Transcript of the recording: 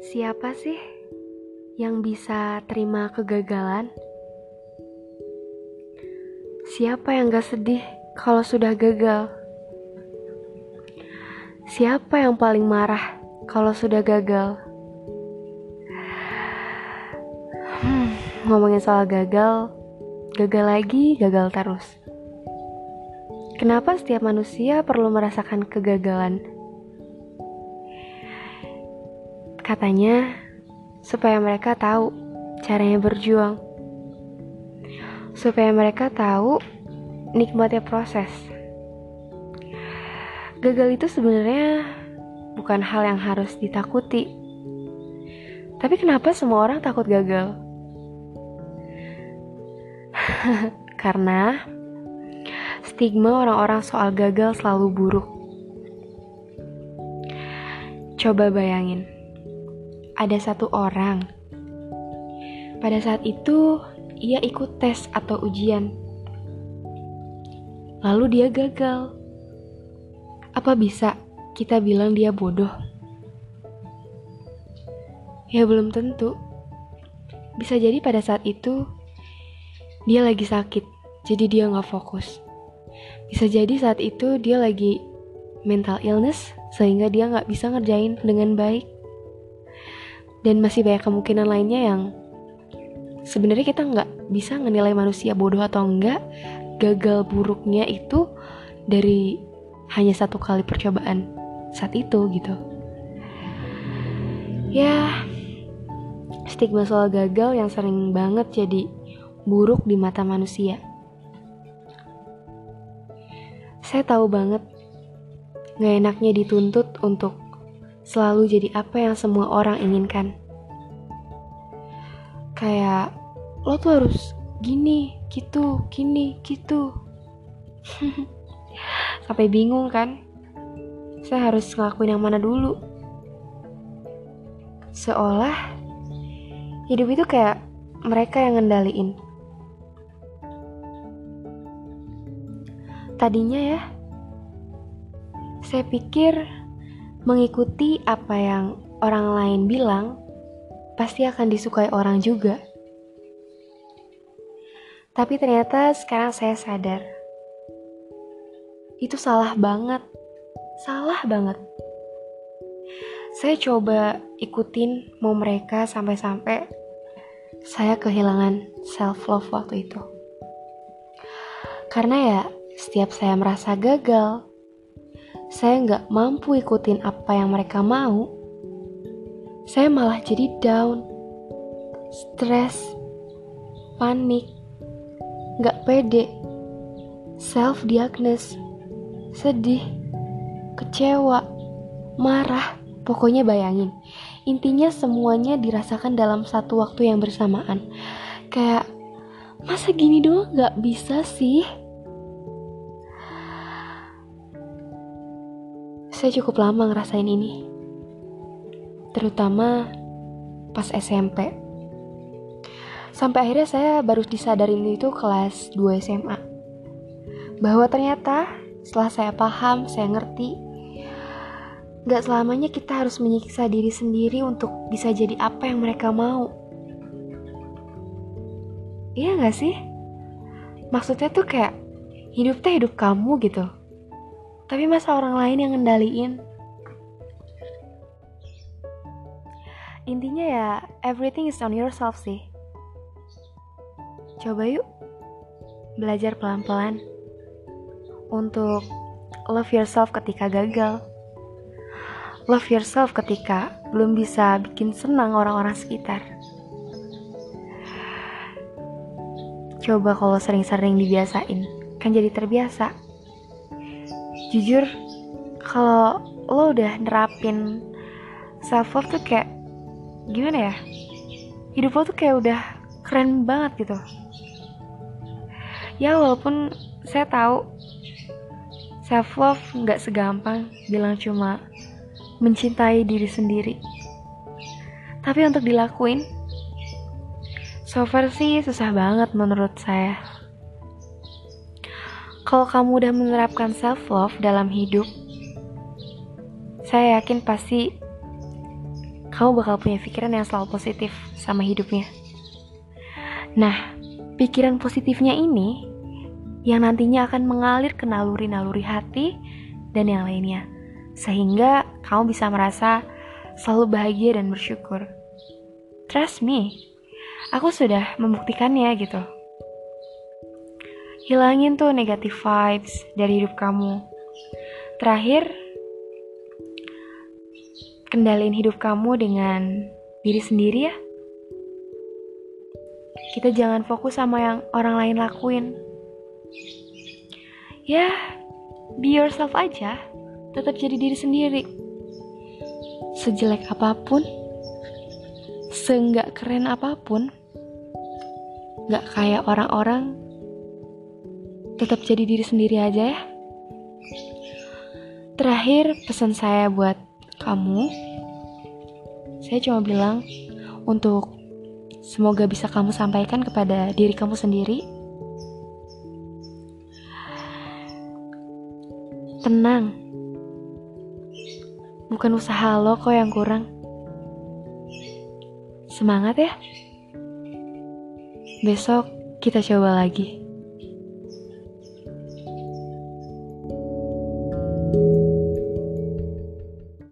Siapa sih yang bisa terima kegagalan? Siapa yang gak sedih kalau sudah gagal? Siapa yang paling marah kalau sudah gagal? Ngomongin soal gagal, gagal lagi, gagal terus. Kenapa setiap manusia perlu merasakan kegagalan? Katanya, supaya mereka tahu caranya berjuang. Supaya mereka tahu nikmatnya proses. Gagal itu sebenarnya bukan hal yang harus ditakuti. Tapi kenapa semua orang takut gagal? Karena stigma orang-orang soal gagal selalu buruk. Coba bayangin, ada satu orang. Pada saat itu, ia ikut tes atau ujian. Lalu dia gagal. Apa bisa kita bilang dia bodoh? Ya belum tentu. Bisa jadi pada saat itu, dia lagi sakit, jadi dia gak fokus. Bisa jadi saat itu dia lagi mental illness, sehingga dia gak bisa ngerjain dengan baik. Dan masih banyak kemungkinan lainnya yang sebenarnya kita gak bisa menilai manusia bodoh atau enggak. Gagal buruknya itu dari hanya satu kali percobaan saat itu gitu. Ya, stigma soal gagal yang sering banget jadi buruk di mata manusia. Saya tahu banget gak enaknya dituntut untuk selalu jadi apa yang semua orang inginkan. Kayak lo tuh harus gini, gitu, gini, gitu. Sampai bingung kan? Saya harus ngelakuin yang mana dulu. Seolah hidup itu kayak mereka yang ngendaliin. Tadinya ya, saya pikir mengikuti apa yang orang lain bilang pasti akan disukai orang juga. Tapi ternyata sekarang saya sadar, itu salah banget. Salah banget. Saya coba ikutin mau mereka sampai-sampai saya kehilangan self-love waktu itu. Karena ya, setiap saya merasa gagal, saya gak mampu ikutin apa yang mereka mau, saya malah jadi down, stres, panik, gak pede, self-diagnose, sedih, kecewa, marah. Pokoknya bayangin, intinya semuanya dirasakan dalam satu waktu yang bersamaan. Kayak, masa gini doang gak bisa sih? Saya cukup lama ngerasain ini, terutama pas SMP. Sampai akhirnya saya baru disadarin itu kelas 2 SMA. Bahwa ternyata setelah saya paham, saya ngerti, gak selamanya kita harus menyiksa diri sendiri untuk bisa jadi apa yang mereka mau. Iya gak sih? Maksudnya tuh kayak hidup teh hidup kamu gitu. Tapi masa orang lain yang ngendaliin? Intinya ya, everything is on yourself sih. Coba yuk belajar pelan-pelan untuk love yourself ketika gagal. Love yourself ketika belum bisa bikin senang orang-orang sekitar. Coba kalau sering-sering dibiasain, kan jadi terbiasa. Jujur, kalau lo udah nerapin self-love tuh kayak gimana ya? Hidup lo tuh kayak udah keren banget gitu. Ya walaupun saya tahu self-love gak segampang bilang cuma mencintai diri sendiri. Tapi untuk dilakuin, so far sih susah banget menurut saya. Kalau kamu udah menerapkan self-love dalam hidup, saya yakin pasti kamu bakal punya pikiran yang selalu positif sama hidupnya. Nah, pikiran positifnya ini yang nantinya akan mengalir ke naluri-naluri hati dan yang lainnya, sehingga kamu bisa merasa selalu bahagia dan bersyukur. Trust me, aku sudah membuktikannya gitu. Hilangin tuh negative vibes dari hidup kamu. Terakhir, kendaliin hidup kamu dengan diri sendiri ya. Kita jangan fokus sama yang orang lain lakuin. Ya, be yourself aja. Tetap jadi diri sendiri. Sejelek apapun, seenggak keren apapun, gak kayak orang-orang, tetap jadi diri sendiri aja ya. Terakhir, pesan saya buat kamu, saya cuma bilang untuk semoga bisa kamu sampaikan kepada diri kamu sendiri. Tenang, bukan usaha lo kok yang kurang. Semangat ya. Besok kita coba lagi.